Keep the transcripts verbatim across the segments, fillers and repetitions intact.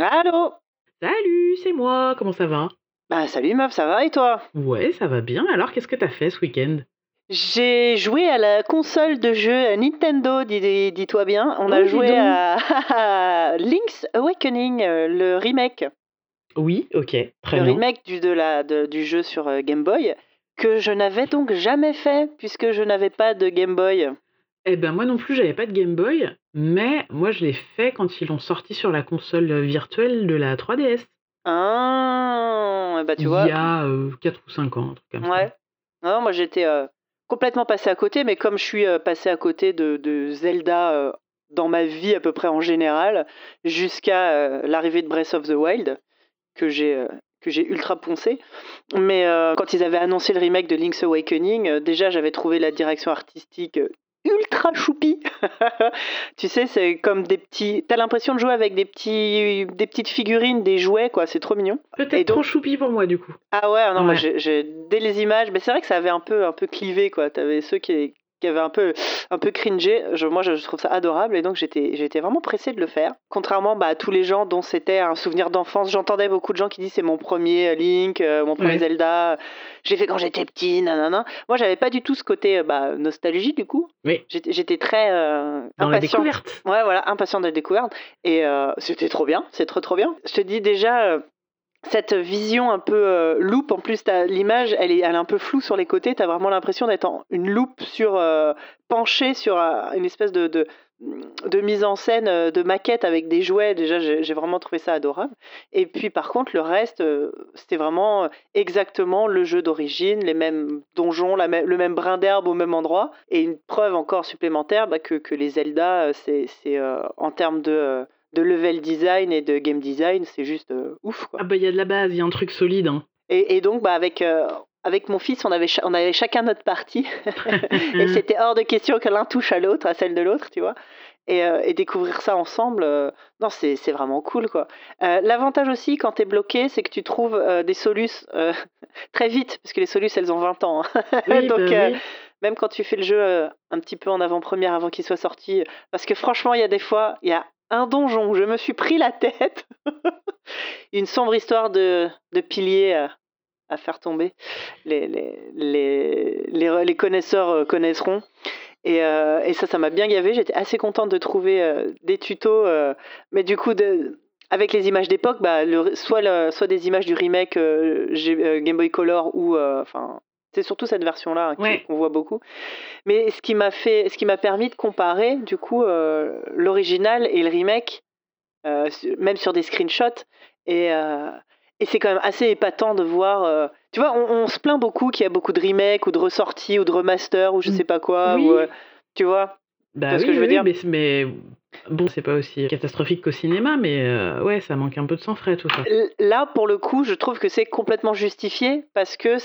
Allô? Salut, c'est moi, comment ça va? Bah salut meuf, ça va et toi? Ouais, ça va bien. Alors, qu'est-ce que t'as fait ce week-end? J'ai joué à la console de jeu Nintendo, dis dis dis-toi bien. On a Oh, dis joué donc. à Link's Awakening, heu, le remake. Oui, OK, très Le bien. remake du de la de du jeu sur, heu, Game Boy, que je n'avais donc jamais fait puisque je n'avais pas de Game Boy. Eh ben, moi non plus, j'avais pas de Game Boy, mais moi je l'ai fait quand ils l'ont sorti sur la console, heu, virtuelle de la trois D S. Ah! Et bah tu Il y vois? a, heu, quatre ou cinq ans, un truc comme ça. Ouais. Non, moi j'étais, heu, complètement passée à côté, mais comme je suis, heu, passée à côté de de Zelda, heu, dans ma vie à peu près en général, jusqu'à, heu, l'arrivée de Breath of the Wild, que j'ai, heu, que j'ai ultra poncé. Mais, heu, quand ils avaient annoncé le remake de Link's Awakening, heu, déjà j'avais trouvé la direction artistique, heu, ultra choupi. Tu sais, c'est comme des petits tu as l'impression de jouer avec des petits des petites figurines, des jouets quoi, c'est trop mignon et Peut-être trop donc choupi pour moi, du coup. ah ouais, non, moi Ouais. j'ai j'ai dès les images, mais c'est vrai que ça avait un peu un peu clivé quoi. Tu avais ceux qui qui avaient un peu un peu cringé. Je moi je trouve ça adorable et donc j'étais j'étais vraiment pressée de le faire. Contrairement, bah, à tous les gens dont c'était un souvenir d'enfance. J'entendais beaucoup de gens qui disent: «C'est mon premier Link, heu, mon premier Ouais. Zelda, j'ai fait quand j'étais petit, nanana». Moi, j'avais pas du tout ce côté, heu, bah, nostalgie du coup. Oui, J'étais j'étais très, heu, dans la impatiente. découverte. Ouais, voilà, impatiente de la découverte et heu, c'était trop bien, c'est trop, trop bien. Je te dis déjà, heu cette vision un peu, heu, loupe, en plus tu l'image, elle est elle est un peu floue sur les côtés, tu as vraiment l'impression d'être en une loupe sur, heu, penchée sur, heu, une espèce de de, mmh, de mise en scène, heu, de maquette avec des jouets. Déjà, j'ai j'ai vraiment trouvé ça adorable et puis par contre le reste, heu, c'était vraiment, exactement le jeu d'origine, les mêmes donjons, la mê le même brin d'herbe au même endroit et une preuve encore supplémentaire, bah, que que les Zelda, heu, c'est c'est, heu, en termes de, heu, de level design et de game design, c'est juste, heu, ouf quoi. Ah bah, il y a de la base, il y a un truc solide, hein. Et et donc bah, avec, heu, avec mon fils, on avait cha on avait chacun notre partie et c'était hors de question que l'un touche à l'autre, à celle de l'autre, tu vois? Et heu et découvrir ça ensemble, heu, non, c'est c'est vraiment cool, quoi. Heu, l'avantage aussi quand tu es bloqué, c'est que tu trouves, heu, des solus, heu, très vite, parce que les solus, elles ont vingt ans, hein. Oui, Donc bah, heu, oui. même quand tu fais le jeu, heu, un petit peu en avant-première, avant qu'il soit sorti, parce que franchement, il y a des fois, il y a un donjon où je me suis pris la tête, une sombre histoire de de piliers, heu à faire tomber. Les les les les les connaisseurs, heu, connaisseront et heu et ça, ça m'a bien gavé. J'étais assez contente de trouver, heu, des tutos, heu, mais du coup de avec les images d'époque, bah, le soit le soit des images du remake, heu, G heu, Game Boy Color ou heu, enfin, c'est surtout cette version-là, hein, qui Ouais. qu'on voit beaucoup. Mais ce qui m'a fait ce qui m'a permis de comparer du coup, heu, l'original et le remake, heu, su même sur des screenshots et heu et c'est quand même assez épatant de voir, heu tu vois, on on se plaint beaucoup qu'il y a beaucoup de remakes ou de ressorties ou de remasters ou je Mmh. sais pas quoi ou Oui. heu, tu vois? Tu Bah, vois ce que oui, je oui, veux oui, dire? mais c mais bon, c'est pas aussi catastrophique qu'au cinéma, mais heu, ouais, ça manque un peu de sang frais tout ça. L là, pour le coup, je trouve que c'est complètement justifié parce que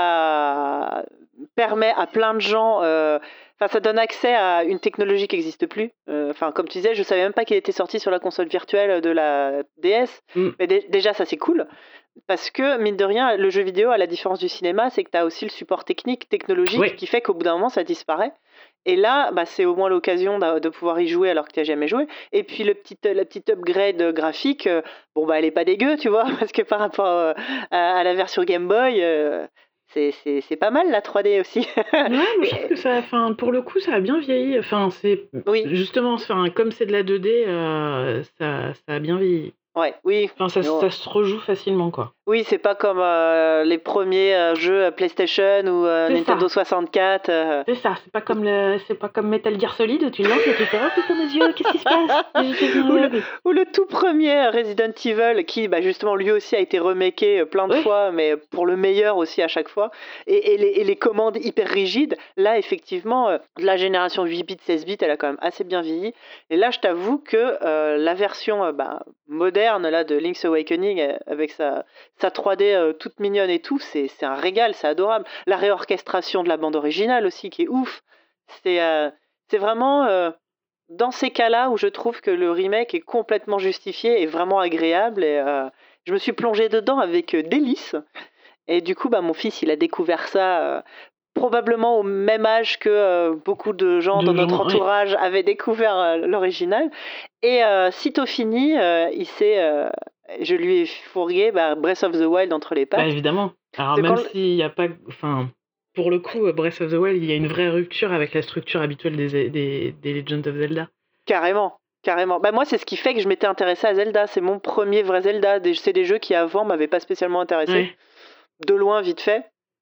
ça permet à plein de gens, heu, enfin, ça donne accès à une technologie qui existe plus. Heu, enfin, comme tu disais, je savais même pas qu'il était sorti sur la console virtuelle de la D S, Mmh. mais dé déjà ça, c'est cool parce que mine de rien, le jeu vidéo, à la différence du cinéma, c'est que tu as aussi le support technique, technologique Ouais. qui fait qu'au bout d'un moment, ça disparaît et là, bah, c'est au moins l'occasion d'a de pouvoir y jouer alors que tu as jamais joué et puis le petit, la petite upgrade, graphique, heu, bon, bah, elle est pas dégueu, tu vois? Parce que par rapport, heu, à à la version Game Boy, heu, c'est c'est c'est pas mal la trois D aussi. Ouais, moi je trouve Et que ça enfin, pour le coup, ça a bien vieilli. Enfin, c'est oui, justement, enfin, comme c'est de la deux D, heu, ça ça a bien vieilli. ouais, oui, Enfin, ça non. ça se rejoue facilement, quoi. Oui, c'est pas comme, heu, les premiers ers jeux, PlayStation ou, heu, C'est Nintendo ça, soixante-quatre, heu, c'est ça, c'est pas comme le c'est pas comme Metal Gear Solid où tu le lances et tu fais: «Oh putain mes yeux, qu'est-ce qui se passe? J'ai j'ai vu un ou le lag». ou le tout premier Resident Evil qui, bah, justement, lui aussi a été remaké, heu, plein de Ouais, fois, mais pour le meilleur aussi à chaque fois et et les et les commandes hyper rigides. Là, effectivement, heu, la génération huit bits, seize bits, elle a quand même assez bien vieilli et là, je t'avoue que, heu, la version, heu, bah, moderne, là, de Link's Awakening, heu, avec sa sa trois D, heu, toute mignonne et tout, c'est c'est un régal, c'est adorable. La réorchestration de la bande originale aussi qui est ouf. C'est, heu, c'est vraiment, heu dans ces cas-là où je trouve que le remake est complètement justifié et vraiment agréable et heu, je me suis plongée dedans avec, heu, délice et du coup, bah, mon fils, il a découvert ça, heu, probablement au même âge que, heu, beaucoup de gens dans de notre gens ouais. entourage avaient découvert, heu, l'original et heu, sitôt fini, heu, il s'est, heu, je lui ai fourgué bah, Breath of the Wild entre les Bah, pattes. évidemment. Alors C'est même quand le- s'il y a pas enfin, pour le coup, Breath of the Wild, il y a une vraie rupture avec la structure habituelle des des des Legend of Zelda. Carrément, carrément. Bah, moi, c'est ce qui fait que je m'étais intéressée à Zelda. C'est mon premier vrai Zelda. Des- C'est des jeux qui, avant, m'avaient pas spécialement intéressé. Ouais. De loin, vite fait.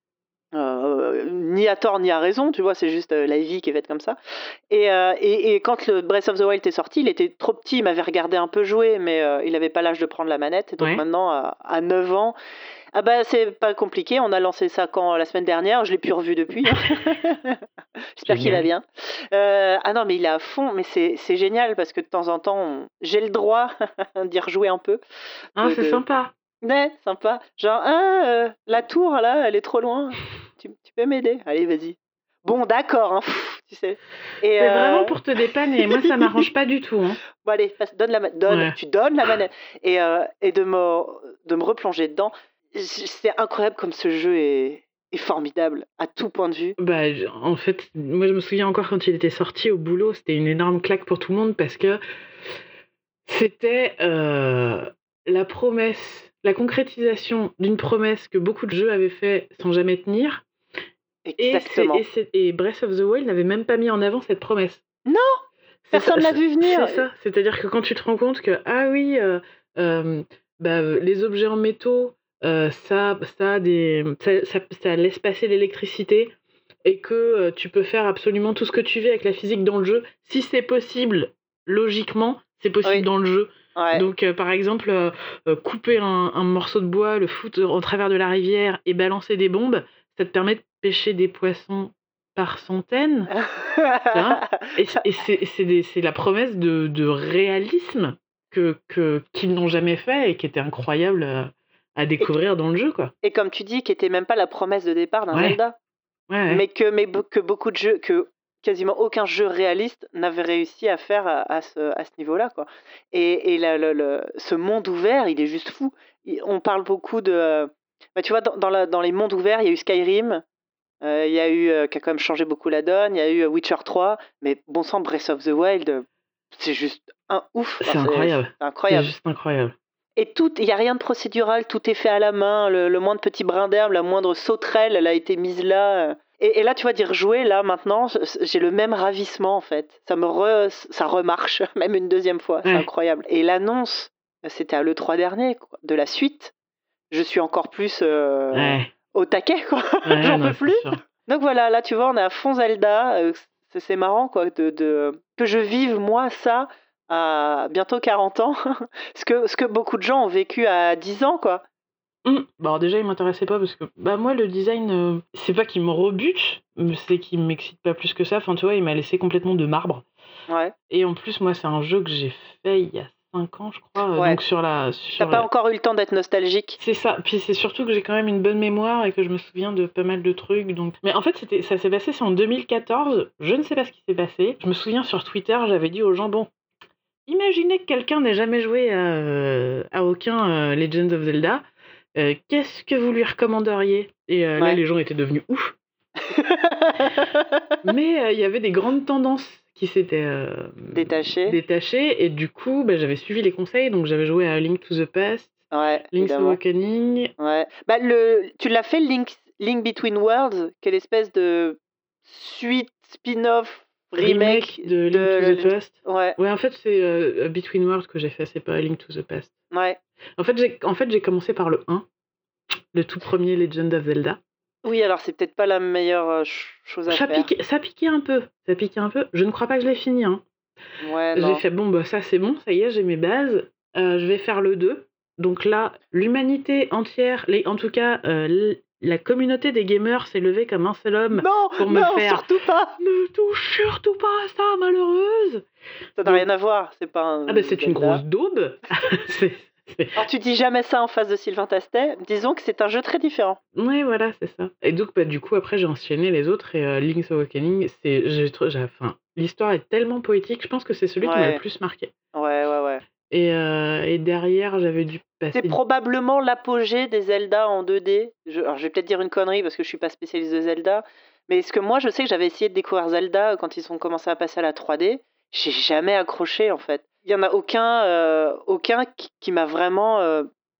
Euh, ni à tort ni à raison, tu vois, c'est juste euh, la vie qui est faite comme ça. Et, euh, et, et quand le Breath of the Wild est sorti, il était trop petit, il m'avait regardé un peu jouer, mais euh, il n'avait pas l'âge de prendre la manette. Et donc Ouais. maintenant, à, à neuf ans, ah bah c'est pas compliqué, on a lancé ça quand la semaine dernière, je l'ai plus revu depuis. hein. J'espère qu'il va Génial. bien. Euh, ah non, mais il est à fond, mais c'est c'est génial parce que de temps en temps, on- j'ai le droit d'y rejouer un peu. Ah, De, c'est de- sympa. Ouais, sympa. Genre, ah, euh, la tour là, elle est trop loin. Tu, tu peux m'aider? Allez, vas-y. Bon, d'accord, hein, pff, tu sais. Et C'est vraiment euh, pour te dépanner. Moi, ça m'arrange pas du tout, hein. bon, allez, passe- donne la ma- donne, Ouais. tu donnes la manette. Et, euh, et de, me, de me replonger dedans. J- C'est incroyable comme ce jeu est, est formidable à tout point de vue. Bah, j en fait, moi, je me souviens encore quand il était sorti au boulot, c'était une énorme claque pour tout le monde parce que c'était, heu, la promesse, la concrétisation d'une promesse que beaucoup de jeux avaient fait sans jamais tenir et c'est Exactement. et c'est et Breath of the Wild n'avait même pas mis en avant cette promesse. Non, C'est ça personne l'a c'est vu venir. c'est ça. C'est-à-dire que quand tu te rends compte que, ah oui, heu, hem, bah, heu, les objets en métaux, heu, ça ça a des ça ça ça laisse passer l'électricité et que, heu, tu peux faire absolument tout ce que tu veux avec la physique dans le jeu. Si c'est possible, logiquement, c'est possible Oui, dans le jeu. ouais. Donc, heu, par exemple, heu heu, couper un un morceau de bois, le foutre au travers de la rivière et balancer des bombes, ça te permet de pêcher des poissons par centaines, tu vois? Et c et c'est et c'est des c'est la promesse de de réalisme que que qu'ils n'ont jamais fait et qui était incroyable, heu, à et, découvrir dans le jeu, quoi. et comme tu dis, qui était même pas la promesse de départ d'un Ouais, Zelda. ouais, ouais. Mais que, mais be- que beaucoup de jeux, que quasiment aucun jeu réaliste n'avait réussi à faire à, à ce, à ce niveau-là, quoi. Et, et la- le- le- ce monde ouvert, il est juste fou. Il- on parle beaucoup de... euh, bah, tu vois, dans, dans, la- dans les mondes ouverts, il y a eu Skyrim, euh, il y a eu, euh, qui a quand même changé beaucoup la donne, il y a eu euh, Witcher trois, mais bon sang, Breath of the Wild, euh, c'est juste un ouf. Enfin, C'est c'est incroyable. c'est C'est incroyable. juste incroyable. Et tout, il n'y a rien de procédural, tout est fait à la main, le, le moindre petit brin d'herbe, la moindre sauterelle, elle a été mise là. euh. Et, et là, tu vois, d'y rejouer, là, maintenant, j'ai le même ravissement, en fait. Ça me re, ça remarche, même une deuxième fois, c'est Ouais, incroyable. Et l'annonce, c'était à l'E trois dernier, quoi, de la suite, je suis encore plus euh, ouais, au taquet, quoi. ouais, J'en non, peux c'est plus. sûr. Donc voilà, là, tu vois, on est à fond Zelda. euh, c'est c'est marrant, quoi, de, de- que je vive, moi, ça, à bientôt quarante ans. ce, que, ce que beaucoup de gens ont vécu à dix ans, quoi. Mmh. Bah, alors déjà, il m'intéressait pas parce que, bah, moi, le design, heu, c'est pas qu'il me rebute, mais c'est qu'il m'excite pas plus que ça. Enfin, tu vois, il m'a laissé complètement de marbre Ouais. et en plus, moi, c'est un jeu que j'ai fait il y a cinq ans, je crois, heu, Ouais. donc sur la T'as sur pas la encore eu le temps d'être nostalgique. c'est ça. Puis c'est surtout que j'ai quand même une bonne mémoire et que je me souviens de pas mal de trucs, donc mais en fait, c'était ça s'est passé, c'est en deux mille quatorze, je ne sais pas ce qui s'est passé. Je me souviens sur Twitter, j'avais dit aux gens: «Bon, imaginez que quelqu'un n'ait jamais joué à, heu, à aucun, heu, Legend of Zelda, heu, qu'est-ce que vous lui recommanderiez?» Et heu, là, Ouais. les gens étaient devenus ouf. Mais heu, il y avait des grandes tendances qui s'étaient, hem, Détaché. détachées et du coup, bah, j'avais suivi les conseils, donc j'avais joué à Link to the Past, Ouais, Link's évidemment. Awakening. Ouais. Bah, le, tu l'as fait, Link, Link Between Worlds, quelle espèce de suite, spin-off, remake, Remake de Link to the de... Past. Ouais, Ouais, en fait, c'est, heu, Between Worlds que j'ai fait, c'est pas Link to the Past. ouais. En fait, j'ai en fait, j'ai commencé par le un, le tout premier Legend of Zelda. Oui, alors c'est peut-être pas la meilleure euh, ch- chose à Ça faire. piquait ça piquait un peu, ça piquait un peu. Je ne crois pas que je l'ai fini, hein. Ouais, J'ai non. fait: «Bon, bah, ça, c'est bon, ça y est, j'ai mes bases, heu, je vais faire le deux». Donc là, l'humanité entière, les en tout cas, heu, l la communauté des gamers s'est levée comme un seul homme Non, pour me non, faire: surtout pas. «Ne touche surtout pas à ça, malheureuse!» Ça n'a Donc rien à voir, c'est pas ah, un bah, c'est une Zelda. grosse daube. C'est c'est Alors tu dis jamais ça en face de Sylvain Tastet, disons que c'est un jeu très différent. ouais, voilà, c'est ça et donc bah, du coup, après, j'ai enchaîné les autres et heu, Link's Awakening, c'est j'ai trou j'ai enfin, l'histoire est tellement poétique, je pense que c'est celui qui m'a le Ouais, plus marqué ouais, ouais, ouais. et heu et derrière, j'avais dû C'est passer probablement l'apogée des Zelda en deux D. Je, alors, je vais peut-être dire une connerie parce que je suis pas spécialiste de Zelda, mais est-ce que moi, je sais que j'avais essayé de découvrir Zelda quand ils ont commencé à passer à la trois D. J'ai jamais accroché en fait. il y en a aucun, euh, aucun qui, qui m'a vraiment. Euh,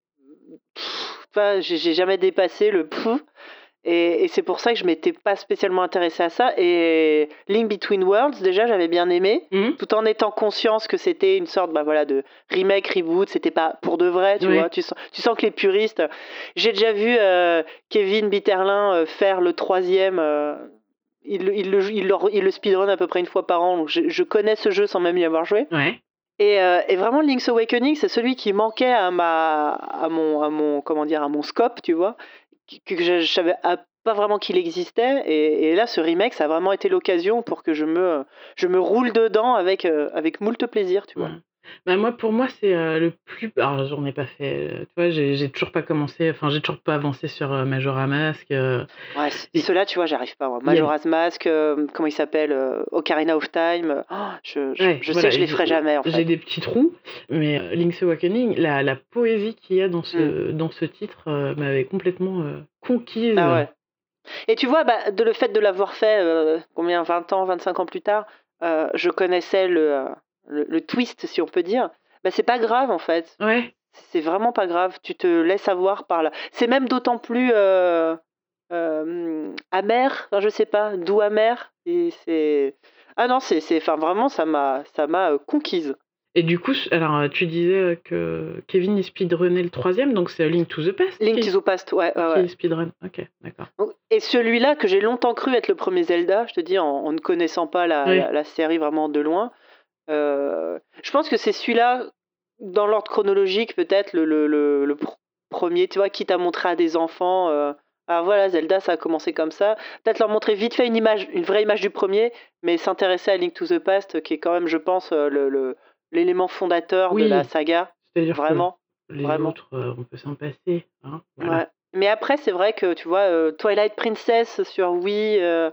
pff, enfin, j'ai j'ai jamais dépassé le pfff. Et, et c'est pour ça que je m'étais pas spécialement intéressée à ça. Et Link Between Worlds, déjà, j'avais bien aimé, Mhm. tout en étant conscience que c'était une sorte bah, voilà, de remake, reboot, c'était pas pour de vrai, tu Ouais. vois. Tu sens, tu sens que les puristes. J'ai déjà vu euh, Kevin Bitterlin euh, faire le troisième. euh, il, il, le, il, le, il le speedrun à peu près une fois par an, donc je, je connais ce jeu sans même y avoir joué. Ouais. Et, euh, et vraiment, Link's Awakening, c'est celui qui manquait à ma, à mon, à mon, comment dire, à mon scope, tu vois, que, que je, je savais à- pas vraiment qu'il existait. Et, et là, ce remake, ça a vraiment été l'occasion pour que je me, je me roule dedans avec, euh, avec moult plaisir, tu vois. Ouais. Bah moi, pour moi, c'est euh, le plus. Alors, j'en ai pas fait. euh, tu vois, j'ai j'ai toujours pas commencé. Enfin, j'ai toujours pas avancé sur euh, Majora Mask. euh, Ouais, c- et ceux-là, tu vois, j'arrive pas. moi. il y a- Majora's Mask, euh, comment il s'appelle euh, Ocarina of Time. euh, oh, je je, Ouais, je sais voilà, que je les j'ai ferai jamais, en j'ai fait. des petits trous, mais euh, Link's Awakening, la, la poésie qu'il y a dans Hmm. ce, dans ce titre euh, m'avait complètement euh, conquise. Ah ouais. Et tu vois, bah, de le fait de l'avoir fait, euh, combien, vingt ans, vingt-cinq ans plus tard, euh, je connaissais le, euh, le, le twist, si on peut dire. Bah, c'est pas grave, en fait. Ouais, C'est vraiment pas grave. Tu te laisses avoir par là. C'est même d'autant plus euh, euh, amer, enfin, je sais pas, doux amer. Et c'est... Ah non, c'est, c'est, enfin, vraiment, ça m'a, ça m'a euh, conquise. et du coup, alors euh, tu disais euh, que Kevin il speedrunnait le troisième, donc c'est Link to the Past Link qui, to the Past, ouais, ouais, qui ouais. speedrun. Ok, d'accord. Donc, et celui-là que j'ai longtemps cru être le premier Zelda, je te dis, en, en ne connaissant pas la, Ouais. la, la série vraiment de loin, euh, je pense que c'est celui-là, dans l'ordre chronologique, peut-être le, le, le, le pr- premier, tu vois, qui t'a montré à des enfants. Euh, ah voilà, Zelda, ça a commencé comme ça. Peut-être leur montrer vite fait une image, une vraie image du premier, mais s'intéresser à Link to the Past, qui est quand même, je pense, euh, le, le, l'élément fondateur de la Oui, saga. c'est-à-dire que Vraiment, les vraiment. autres, euh, on peut s'en passer. Hein, voilà. Ouais. Mais après, c'est vrai que, tu vois, euh, Twilight Princess sur Wii. euh,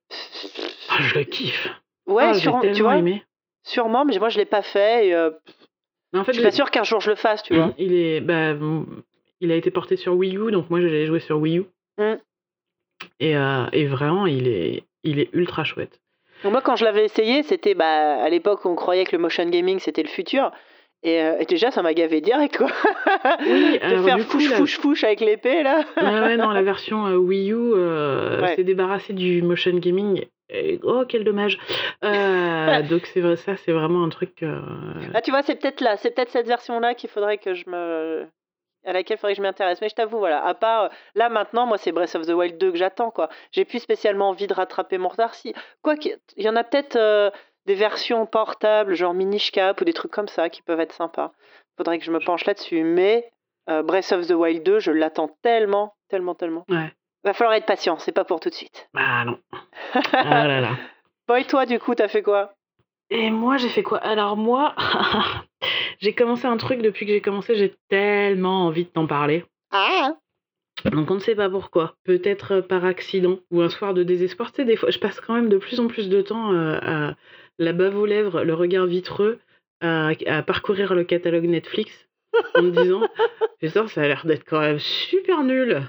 Ah, je le kiffe. Ouais, Ah, j'ai sûrement, tu tellement vois, aimé. sûrement, mais moi je l'ai pas fait. Et, euh, Mais en je fait, suis pas le- sûre qu'un jour je le fasse, tu vois. il est, bah, mm, il a été porté sur Wii U, donc moi je l'ai joué sur Wii U. Mm. Et, euh, et vraiment, il est, il est ultra chouette. Donc moi, quand je l'avais essayé, c'était bah, à l'époque où on croyait que le motion gaming c'était le futur. Et, euh, et déjà, ça m'a gavé direct, quoi. Oui, De alors faire du coup, fouche, la... fouche, fouche avec l'épée, là. ouais, ouais, non, la version euh, Wii U euh, Ouais. s'est débarrassée du motion gaming. Et- oh, quel dommage. Euh, donc c'est vrai, ça, c'est vraiment un truc. euh, Ah, tu vois, c'est peut-être là, c'est peut-être cette version-là qu'il faudrait que je me. À laquelle il faudrait que je m'intéresse. Mais je t'avoue, voilà, à part. euh, Là, maintenant, moi, c'est Breath of the Wild deux que j'attends, quoi. J'ai plus spécialement envie de rattraper mon retard. Si. Quoi qu'il y en a peut-être euh, des versions portables, genre Minish Cap ou des trucs comme ça, qui peuvent être sympas. Faudrait que je me penche là-dessus. Mais euh, Breath of the Wild deux, je l'attends tellement, tellement, tellement. Ouais. Va falloir être patient, c'est pas pour tout de suite. Ah non. Ah là là. Bon, et toi, du coup, t'as fait quoi? Et moi, j'ai fait quoi? Alors moi, j'ai commencé un truc depuis que j'ai commencé, j'ai tellement envie de t'en parler. Ah! Donc on ne sait pas pourquoi. Peut-être euh, par accident ou un soir de désespoir. Tu sais, des fois, je passe quand même de plus en plus de temps euh, à la bave aux lèvres, le regard vitreux, à, à parcourir le catalogue Netflix en me disant putain, ça a l'air d'être quand même super nul.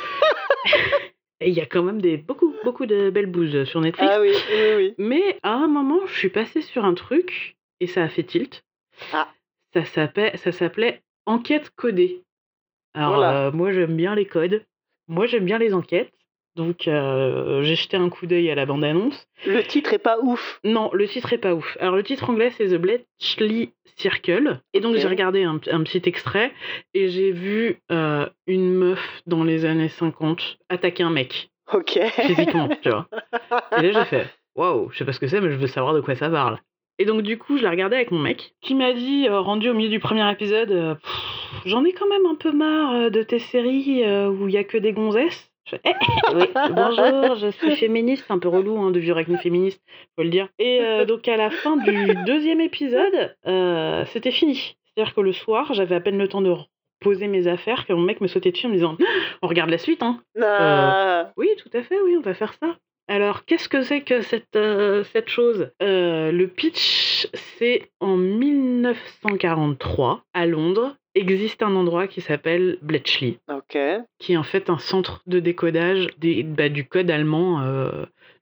Et il y a quand même des, beaucoup, beaucoup de belles bouses sur Netflix. Ah oui, oui, oui. Mais à un moment, je suis passée sur un truc et ça a fait tilt. Ah, Ça s'appelait, ça s'appelait Enquête codée. Alors, voilà. euh, moi, j'aime bien les codes. Moi, j'aime bien les enquêtes. Donc, euh, j'ai jeté un coup d'œil à la bande-annonce. Le titre est pas ouf. Non, le titre est pas ouf. Alors, le titre anglais, c'est The Bletchley Circle. Et donc, Ok. j'ai regardé un, un petit extrait et j'ai vu euh, une meuf dans les années cinquante attaquer un mec, Ok. physiquement, tu vois. Et là, j'ai fait waouh, je sais pas ce que c'est, mais je veux savoir de quoi ça parle. Et donc, du coup, je l'ai regardé avec mon mec, qui m'a dit, euh, rendu au milieu du premier épisode, euh, Pff, j'en ai quand même un peu marre euh, de tes séries euh, où il y a que des gonzesses. Je fais, Eh, eh, oui, bonjour, je suis féministe, un peu relou hein, de vivre avec une féministe, faut le dire. Et euh, donc, à la fin du deuxième épisode, euh, c'était fini. C'est-à-dire que le soir, j'avais à peine le temps de poser mes affaires que mon mec me sautait dessus en me disant, on regarde la suite, hein. Ah. Oui, tout à fait, oui, on va faire ça. Alors, qu'est-ce que c'est que cette, euh, cette chose Euh, Le pitch, c'est en mille neuf cent quarante-trois, à Londres, existe un endroit qui s'appelle Bletchley, Ok. qui est en fait un centre de décodage des, bah, du code allemand euh,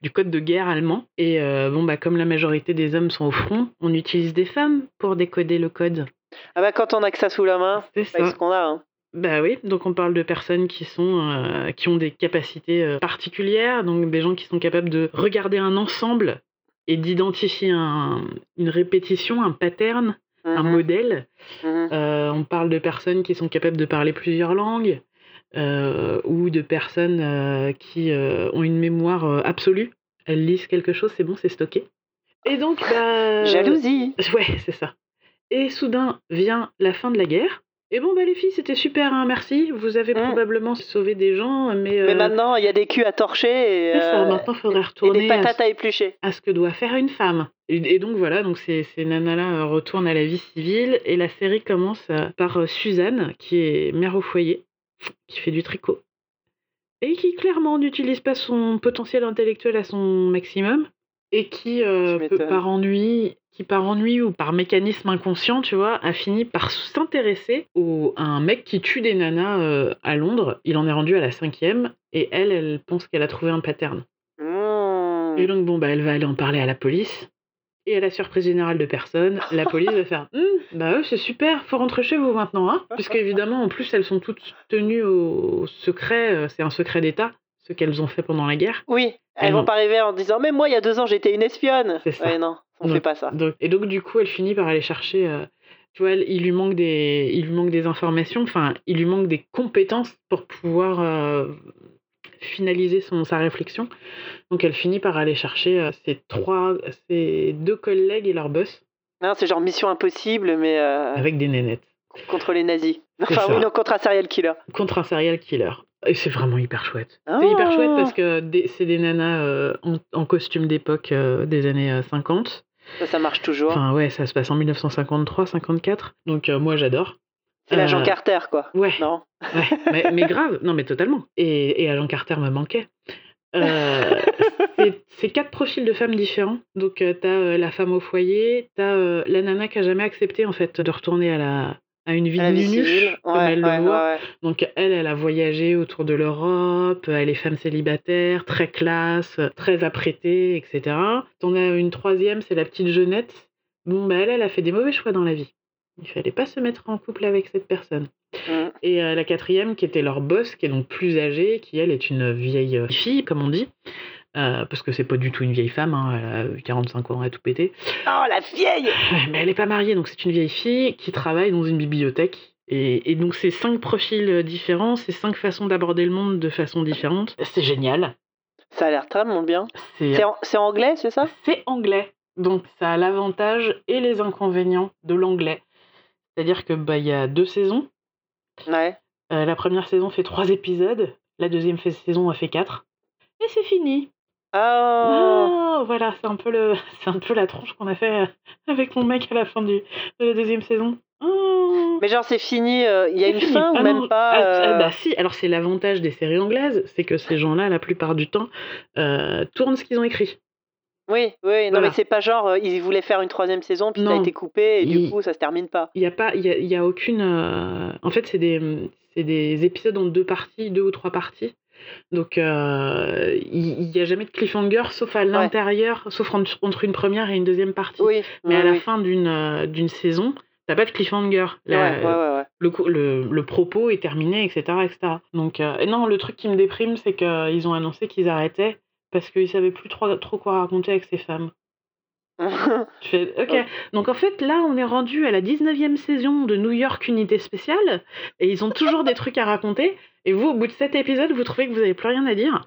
du code de guerre allemand. Et euh, bon, bah, comme la majorité des hommes sont au front, on utilise des femmes pour décoder le code. Ah bah quand on a que ça sous la main, C'est c'est ça. ce qu'on a. Hein. Bah oui, donc on parle de personnes qui sont euh, qui ont des capacités euh, particulières, donc des gens qui sont capables de regarder un ensemble et d'identifier un, une répétition, un pattern, mm-hmm. un modèle. Mm-hmm. Euh, on parle de personnes qui sont capables de parler plusieurs langues euh, ou de personnes euh, qui euh, ont une mémoire euh, absolue. Elles lisent quelque chose, c'est bon, c'est stocké. Et donc, bah... Jalousie. Ouais, c'est ça. Et soudain vient la fin de la guerre. Et bon, bah les filles, c'était super, hein, merci. Vous avez mmh. probablement sauvé des gens, mais... Euh... Mais maintenant, il y a des culs à torcher et... C'est ça, euh... maintenant, il faudrait retourner et des patates à, à éplucher. À ce que doit faire une femme. Et, et donc, voilà, donc ces, ces nanas-là retournent à la vie civile, et la série commence par Suzanne, qui est mère au foyer, qui fait du tricot, et qui, clairement, n'utilise pas son potentiel intellectuel à son maximum, et qui, euh, peut, par ennui... qui par ennui ou par mécanisme inconscient, tu vois, a fini par s'intéresser au, à un mec qui tue des nanas euh, à Londres. Il en est rendu à la cinquième, et elle, elle pense qu'elle a trouvé un pattern. Mmh. Et donc, bon, bah, elle va aller en parler à la police, et à la surprise générale de personne, la police va faire hm, « Bah ouais, c'est super, faut rentrer chez vous maintenant, hein ?» Puisque, évidemment, en plus, elles sont toutes tenues au secret, c'est un secret d'État, ce qu'elles ont fait pendant la guerre. Oui, elles, elles vont pas arriver en disant « Mais moi, il y a deux ans, j'étais une espionne !» C'est ça. Ouais, non, on donc, fait pas ça. Donc, et donc, du coup, elle finit par aller chercher... Euh, tu vois, il lui manque des, il lui manque des informations, enfin, il lui manque des compétences pour pouvoir euh, finaliser son, sa réflexion. Donc, elle finit par aller chercher euh, ses, trois, ses deux collègues et leur boss. Non, c'est genre Mission Impossible, mais... Euh... Avec des nénettes. Contre les nazis. Enfin, oui, non, contre un serial killer. Contre un serial killer. Et c'est vraiment hyper chouette. Oh. C'est hyper chouette parce que des, c'est des nanas euh, en, en costume d'époque euh, des années euh, cinquante. Ça, ça marche toujours. Enfin, ouais, ça se passe en dix-neuf cent cinquante-trois cinquante-quatre. Donc, euh, moi, j'adore. C'est l'agent euh, Carter, quoi. Ouais. Non ouais. mais, mais grave. Non, mais totalement. Et, et agent Carter me manquait. Euh, c'est, c'est quatre profils de femmes différents. Donc, euh, t'as euh, la femme au foyer, t'as euh, la nana qui a jamais accepté, en fait, de retourner à la... à une vie de nunuche, comme ouais, elle ouais, le voit. Ouais, ouais. Donc elle, elle a voyagé autour de l'Europe, elle est femme célibataire, très classe, très apprêtée, et cetera. T'en as une troisième, c'est la petite Jeunette. Bon, bah elle, elle a fait des mauvais choix dans la vie. Il fallait pas se mettre en couple avec cette personne. Mmh. Et euh, la quatrième, qui était leur boss, qui est donc plus âgée, qui elle est une vieille fille, comme on dit. Euh, parce que c'est pas du tout une vieille femme, hein, elle a quarante-cinq ans, elle a tout pété. Oh, la vieille! Mais elle est pas mariée, donc c'est une vieille fille qui travaille dans une bibliothèque. Et, et donc c'est cinq profils différents, c'est cinq façons d'aborder le monde de façon différente. C'est génial. Ça a l'air tellement bien. C'est, c'est, en, c'est anglais, c'est ça? C'est anglais, donc ça a l'avantage et les inconvénients de l'anglais. C'est-à-dire que bah, y a deux saisons. Ouais. Euh, la première saison fait trois épisodes, la deuxième saison a fait quatre. Et c'est fini. Oh. oh voilà, c'est un peu le, c'est un peu la tronche qu'on a fait avec mon mec à la fin du, de la deuxième saison. Oh. Mais genre c'est fini, il euh, y a c'est une fini. fin ah ou non, même pas euh... ah, bah si, alors c'est l'avantage des séries anglaises, c'est que ces gens-là, la plupart du temps, euh, tournent ce qu'ils ont écrit. Oui, oui, non voilà. Mais c'est pas genre euh, ils voulaient faire une troisième saison puis non, ça a été coupé et il, du coup ça se termine pas. Il y a pas, il y a, y a aucune. Euh... En fait, c'est des, c'est des épisodes en deux parties, deux ou trois parties. Donc, euh, il n'y a jamais de cliffhanger, sauf à l'intérieur, ouais. sauf entre, entre une première et une deuxième partie. Oui, Mais oui, à la oui. fin d'une, euh, d'une saison, t'as pas de cliffhanger. La, ouais, ouais, ouais, ouais. Le, le, le propos est terminé, et cetera, et cetera. Donc, euh, et non, le truc qui me déprime, c'est qu'ils ont annoncé qu'ils arrêtaient parce qu'ils savaient plus trop, trop quoi raconter avec ces femmes. Tu fais, ok. Ouais. Donc en fait, là, on est rendu à la dix-neuvième saison de New York Unité Spéciale, et ils ont toujours des trucs à raconter, et vous, au bout de sept épisodes, vous trouvez que vous n'avez plus rien à dire.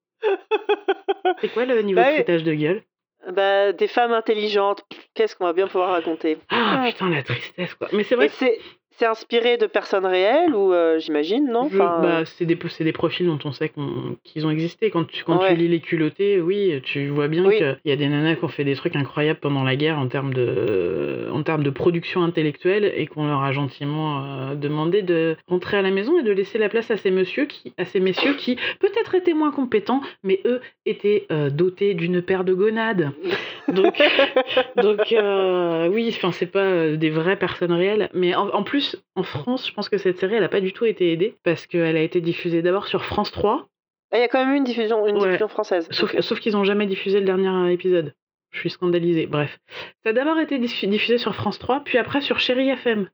C'est quoi le niveau bah, de foutage de gueule? Bah, des femmes intelligentes, qu'est-ce qu'on va bien pouvoir raconter? Ah, putain, la tristesse, quoi. Mais c'est vrai et que... c'est... C'est inspiré de personnes réelles ou euh, j'imagine, non enfin... bah, c'est, des, c'est des profils dont on sait qu'on, qu'ils ont existé. Quand, tu, quand ouais. tu lis Les Culottés, oui, tu vois bien oui. qu'il y a des nanas qui ont fait des trucs incroyables pendant la guerre en termes de, euh, en termes de production intellectuelle et qu'on leur a gentiment euh, demandé de rentrer à la maison et de laisser la place à ces, messieurs qui, à ces messieurs qui peut-être étaient moins compétents, mais eux étaient euh, dotés d'une paire de gonades. Donc, donc euh, oui, c'est pas des vraies personnes réelles, mais en, en plus, en France, je pense que cette série, elle n'a pas du tout été aidée parce qu'elle a été diffusée d'abord sur France trois Ah, il y a quand même eu une diffusion, une Ouais. diffusion française. Sauf, Ok. sauf qu'ils ont jamais diffusé le dernier euh, épisode. Je suis scandalisée. Bref. Ça a d'abord été diffu- diffusé sur France trois, puis après sur Chéri F M.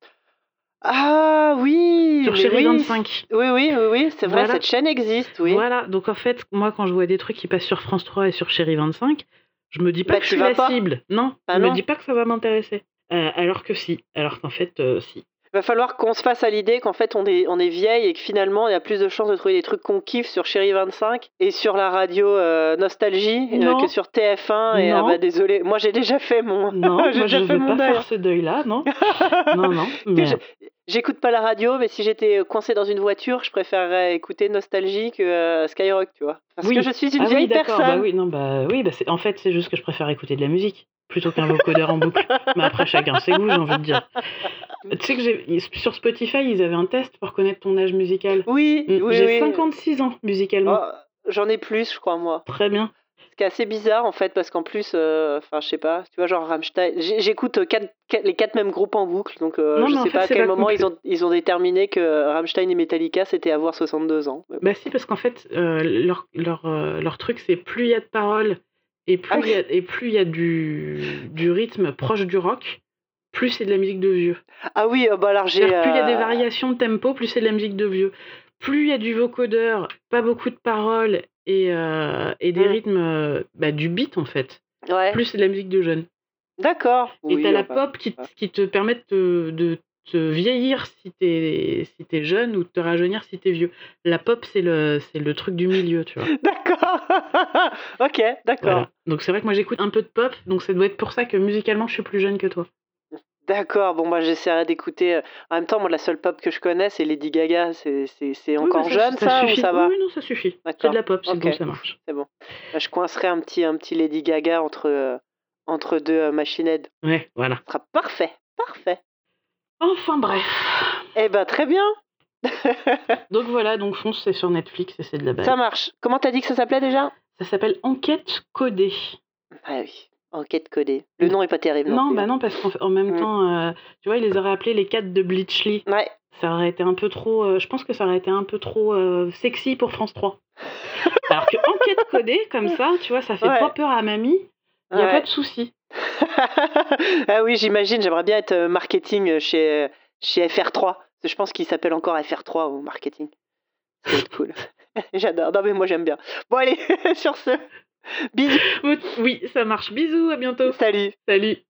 Ah oui, Sur mais Chéri oui, vingt-cinq. oui, oui, oui, oui, c'est vrai, Voilà. cette chaîne existe, oui. Voilà. Donc en fait, moi, quand je vois des trucs qui passent sur France trois et sur Chéri vingt-cinq, je me dis pas Bah, que je t'y suis vas la pas. cible. Non, Ah je me non. dis pas que ça va m'intéresser. Euh, alors que si. Alors qu'en fait, euh, si. Il va falloir qu'on se fasse à l'idée qu'en fait on est, on est vieille et que finalement il y a plus de chances de trouver des trucs qu'on kiffe sur Chéri vingt-cinq et sur la radio euh, Nostalgie euh, Non. que sur T F un. Et ah Non. bah désolé, moi j'ai déjà fait mon, Non, j'ai moi je déjà fait veux mon pas deuil. faire ce deuil-là, non. Non, non. Que Mais je- J'écoute pas la radio, mais si j'étais coincée dans une voiture, je préférerais écouter Nostalgie que euh, Skyrock, tu vois. Parce que oui. je suis une Ah vieille oui, d'accord. Bah personne. oui, non, bah oui, bah c'est en fait c'est juste que je préfère écouter de la musique plutôt qu'un vocodeur en boucle. Mais après chacun ses goûts, j'ai envie de dire. Tu sais que j'ai sur Spotify, ils avaient un test pour connaître ton âge musical. Oui, Mm, oui, J'ai oui. cinquante-six ans musicalement. Oh, j'en ai plus, je crois, moi. Très bien. Ce qui est assez bizarre, en fait, parce qu'en plus, euh, enfin, je sais pas, tu vois, genre Rammstein, j'ai- j'écoute euh, quatre- quatre- les quatre mêmes groupes en boucle, donc euh, Non, je mais en sais fait, pas à c'est quel pas moment compl- ils ont, ils ont déterminé que Rammstein et Metallica, c'était avoir soixante-deux ans. Mais bon. Bah si, parce qu'en fait, euh, leur, leur, euh, leur truc, c'est plus il y a de paroles et plus Ah il oui. y a, et plus il y a du, du rythme proche du rock, plus c'est de la musique de vieux. Ah oui, euh, bah alors j'ai... C'est-à-dire, plus il y a des euh, variations de tempo, plus c'est de la musique de vieux. Plus il y a du vocodeur, pas beaucoup de paroles et, euh, et des hmm, rythmes euh, bah, du beat en fait, Ouais, plus c'est de la musique de jeunes. d'accord. Et Oui, t'as la euh, bah, pop qui, t- ouais. qui te permet de te, de te vieillir si t'es si t'es jeune ou de te rajeunir si t'es vieux. La pop, c'est le, c'est le truc du milieu, tu vois. D'accord. Ok, d'accord. Voilà. Donc c'est vrai que moi j'écoute un peu de pop, donc ça doit être pour ça que musicalement je suis plus jeune que toi. D'accord, bon, bah j'essaierai d'écouter. euh, En même temps, moi, la seule pop que je connais, c'est Lady Gaga. C'est c'est- c'est Oui, encore bah ça, jeune, ça ça, ou suffit. ça Oui, va? oui, non, ça suffit. C'est D'accord. de la pop, c'est Ok, bon, ça marche. c'est bon. Bah, je coincerai un petit, un petit Lady Gaga entre, euh, entre deux euh, machines aid. Ouais, voilà. Ce sera parfait, parfait. Enfin bref. Eh ben, très bien. Donc voilà, donc fonce, c'est sur Netflix et c'est de la balle. Ça marche. Comment t'as dit que ça s'appelait déjà? Ça s'appelle Enquête codée. Ah oui, enquête codée. Le nom est pas terrible non, Non, plus. bah hein. non, parce qu'en en même Mm. temps, euh, tu vois, ils les auraient appelés les quatre de Bleachly. Ouais. Ça aurait été un peu trop. euh, je pense que ça aurait été un peu trop euh, sexy pour France trois. Alors que Enquête codée, comme ça, tu vois, ça fait Ouais. pas peur à mamie, il n'y a Ouais. pas de souci. Ah oui, j'imagine, j'aimerais bien être euh, marketing chez, chez F R trois. Parce que je pense qu'il s'appelle encore F R trois au marketing. Ça va être cool. J'adore. Non mais moi j'aime bien. Bon allez, sur ce, bisous. Oui, ça marche. Bisous, à bientôt. Salut. Salut.